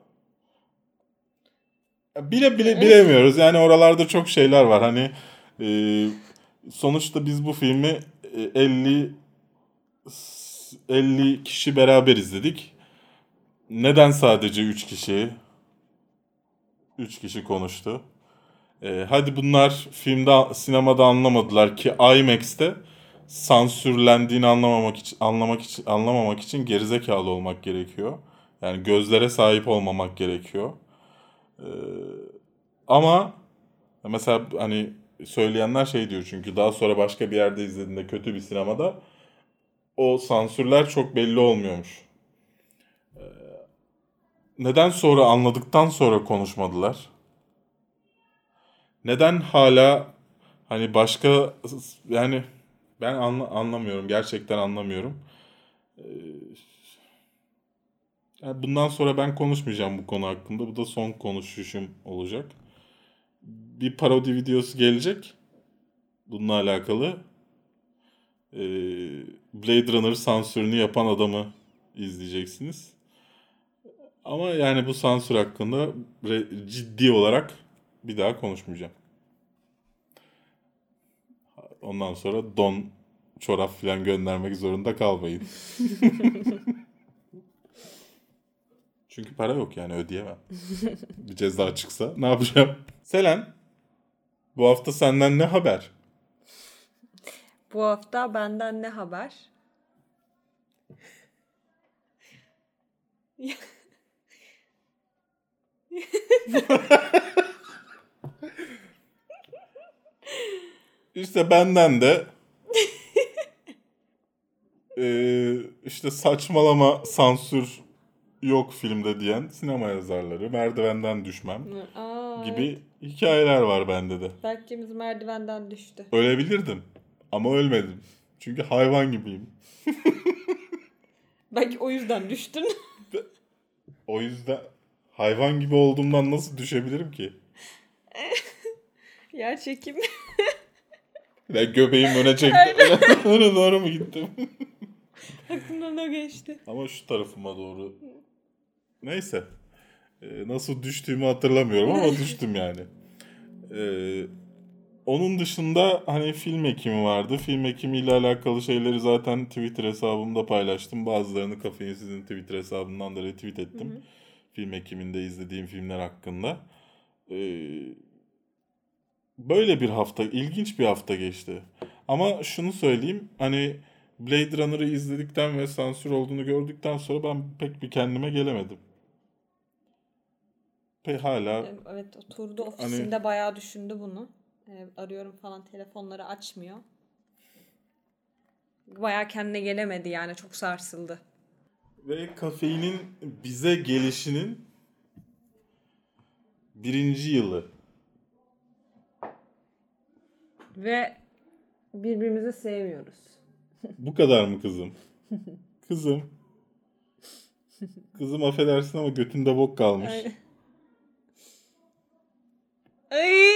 Bile bile bilemiyoruz. Yani oralarda çok şeyler var. Hani e, sonuçta biz bu filmi e, elli elli kişi beraber izledik. Neden sadece üç kişi üç kişi konuştu? E, hadi bunlar filmde, sinemada anlamadılar ki IMAX'te sansürlendiğini anlamamak için anlamak için anlamamak için gerizekalı olmak gerekiyor. Yani gözlere sahip olmamak gerekiyor. Ee, ama mesela hani söyleyenler şey diyor, çünkü daha sonra başka bir yerde izlediğinde kötü bir sinemada o sansürler çok belli olmuyormuş. Ee, neden sonra anladıktan sonra konuşmadılar? Neden hala hani başka, yani ben anla, anlamıyorum, gerçekten anlamıyorum. Ee, yani bundan sonra ben konuşmayacağım bu konu hakkında. Bu da son konuşuşum olacak. Bir parodi videosu gelecek bununla alakalı. Ee, Blade Runner sansürünü yapan adamı izleyeceksiniz. Ama yani bu sansür hakkında re- ciddi olarak bir daha konuşmayacağım. Ondan sonra don, çorap falan göndermek zorunda kalmayın. Çünkü para yok, yani ödeyemem. Bir ceza çıksa ne yapacağım? Selen, bu hafta senden ne haber? Bu hafta benden ne haber? İşte benden de e, işte saçmalama, sansür yok filmde diyen sinema yazarları, merdivenden düşmem Aa, gibi evet. hikayeler var bende de. Berk'cimiz merdivenden düştü. Ölebilirdim ama ölmedim. Çünkü hayvan gibiyim. Belki o yüzden düştün. O yüzden hayvan gibi olduğumdan nasıl düşebilirim ki? Yer çekim. Ve göbeğim öne çekti. Öne doğru mu gittim? Aklımdan o geçti. Ama şu tarafıma doğru. Neyse. Ee, nasıl düştüğümü hatırlamıyorum ama düştüm yani. Ee, onun dışında hani film ekimi vardı. Film ekimiyle alakalı şeyleri zaten Twitter hesabımda paylaştım. Bazılarını Kafeinsiz'in Twitter hesabından da retweet ettim. Hı hı. Film ekiminde izlediğim filmler hakkında. Ee, böyle bir hafta, ilginç bir hafta geçti. Ama şunu söyleyeyim, hani Blade Runner'ı izledikten ve sansür olduğunu gördükten sonra ben pek bir kendime gelemedim. Pek hala... Evet, oturdu ofisinde hani... bayağı düşündü bunu. Ee, arıyorum falan, telefonları açmıyor. Bayağı kendine gelemedi yani, çok sarsıldı. Ve kafeinin bize gelişinin birinci yılı. Ve birbirimizi sevmiyoruz. Bu kadar mı kızım? Kızım. Kızım affedersin ama götünde bok kalmış. Ay. Ay.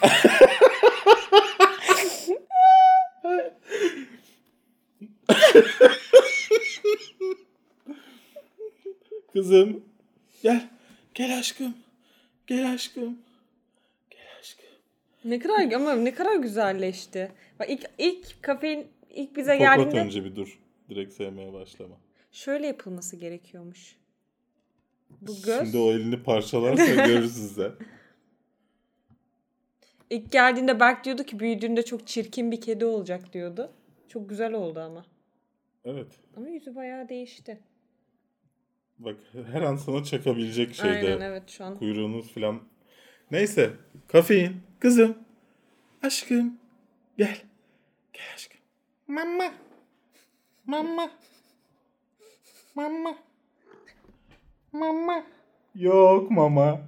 Kızım. Gel. Gel aşkım. Gel aşkım. Gel aşkım. Ne kadar ama ne kadar güzelleşti. Bak ilk ilk kafein ilk bize Koklat geldiğinde önce bir dur. Direkt sevmeye başlama. Şöyle yapılması gerekiyormuş. Bu göz. Şimdi o elini parçalarsa görürsünüz de. İlk geldiğinde Berk diyordu ki büyüdüğünde çok çirkin bir kedi olacak diyordu. Çok güzel oldu ama. Evet. Ama yüzü bayağı değişti. Bak her an sana çakabilecek şeyde. Aynen, evet, şu an. Kuyruğunuz falan. Neyse. Kafein. Kızım. Aşkım. Gel. Gel aşkım. Mama. Mama. Mama. Mama. Yok mama.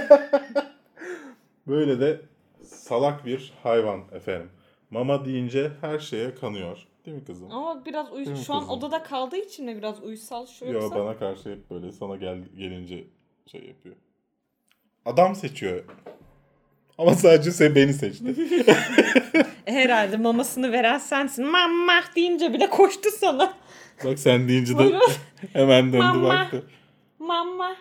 Böyle de salak bir hayvan efendim. Mama deyince her şeye kanıyor. Değil mi kızım? Ama biraz uy- şu an kızım? Odada kaldığı için mi biraz uysal şu yoksa? Yo, bana karşı hep böyle, sana gel gelince şey yapıyor. Adam seçiyor. Ama sadece sen beni seçti. Herhalde mamasını veren sensin. Mama deyince bile koştu sana. Bak sen deyince de hemen döndü Mama. baktı. Mama.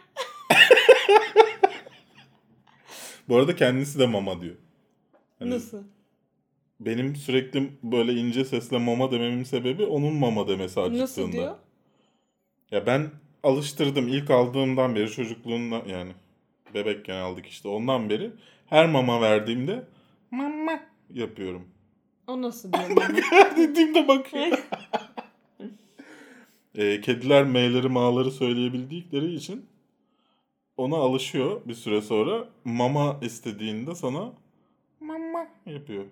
Bu arada kendisi de mama diyor. Hani nasıl? Benim sürekli böyle ince sesle mama dememin sebebi onun mama demesi acıktığında. Nasıl diyor? Ya ben alıştırdım ilk aldığımdan beri, çocukluğundan yani bebekken aldık işte, ondan beri her mama verdiğimde mama yapıyorum. O nasıl diyor mama? Dediğimde bakıyor. e, kediler M'leri ma'ları söyleyebildikleri için ona alışıyor bir süre sonra. Mama istediğinde sana mama yapıyor.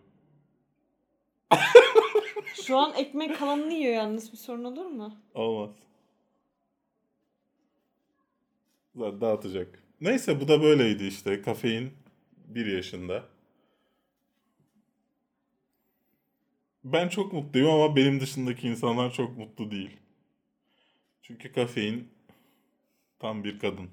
Şu an ekmek kalanını yiyor yalnız, bir sorun olur mu? Olmaz. Zaten dağıtacak. Neyse bu da böyleydi işte. Kafein bir yaşında. Ben çok mutluyum ama benim dışındaki insanlar çok mutlu değil. Çünkü kafein tam bir kadın.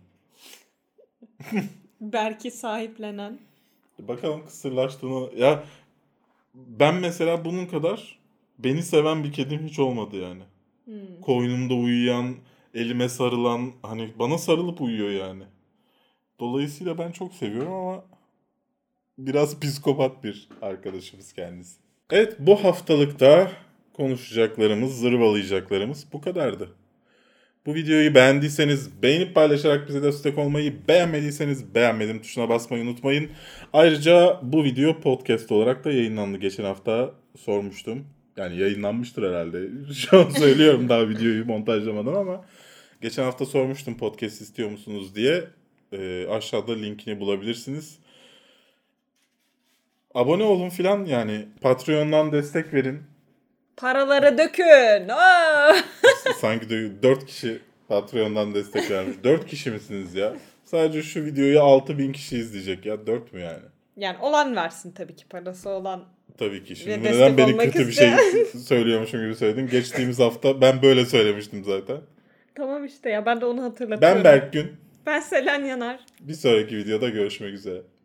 Berk'i sahiplenen. Bakalım kısırlaştığını... Ya ben mesela bunun kadar beni seven bir kedim hiç olmadı yani. Hmm. Koynumda uyuyan, elime sarılan, hani bana sarılıp uyuyor yani. Dolayısıyla ben çok seviyorum ama biraz psikopat bir arkadaşımız kendisi. Evet, bu haftalıkta konuşacaklarımız, zırvalayacaklarımız bu kadardı. Bu videoyu beğendiyseniz beğenip paylaşarak bize destek olmayı, beğenmediyseniz beğenmedim tuşuna basmayı unutmayın. Ayrıca bu video podcast olarak da yayınlandı. Geçen hafta sormuştum. Yani yayınlanmıştır herhalde. Şu an söylüyorum daha videoyu montajlamadan ama geçen hafta sormuştum podcast istiyor musunuz diye. Ee, aşağıda linkini bulabilirsiniz. Abone olun filan, yani Patreon'dan destek verin. Paraları dökün. Aa! Sanki dört kişi Patreon'dan destek vermiş. dört kişi misiniz ya? Sadece şu videoyu altı bin kişi izleyecek ya. dört mü yani? Yani olan versin tabii ki, parası olan. Tabii ki. Şimdi neden beni kötü isteyen. bir şey söylüyormuşum gibi söyledin? Geçtiğimiz hafta ben böyle söylemiştim zaten. Tamam işte ya, ben de onu hatırlatıyorum. Ben Berk Gün. Ben Selen Yanar. Bir sonraki videoda görüşmek üzere.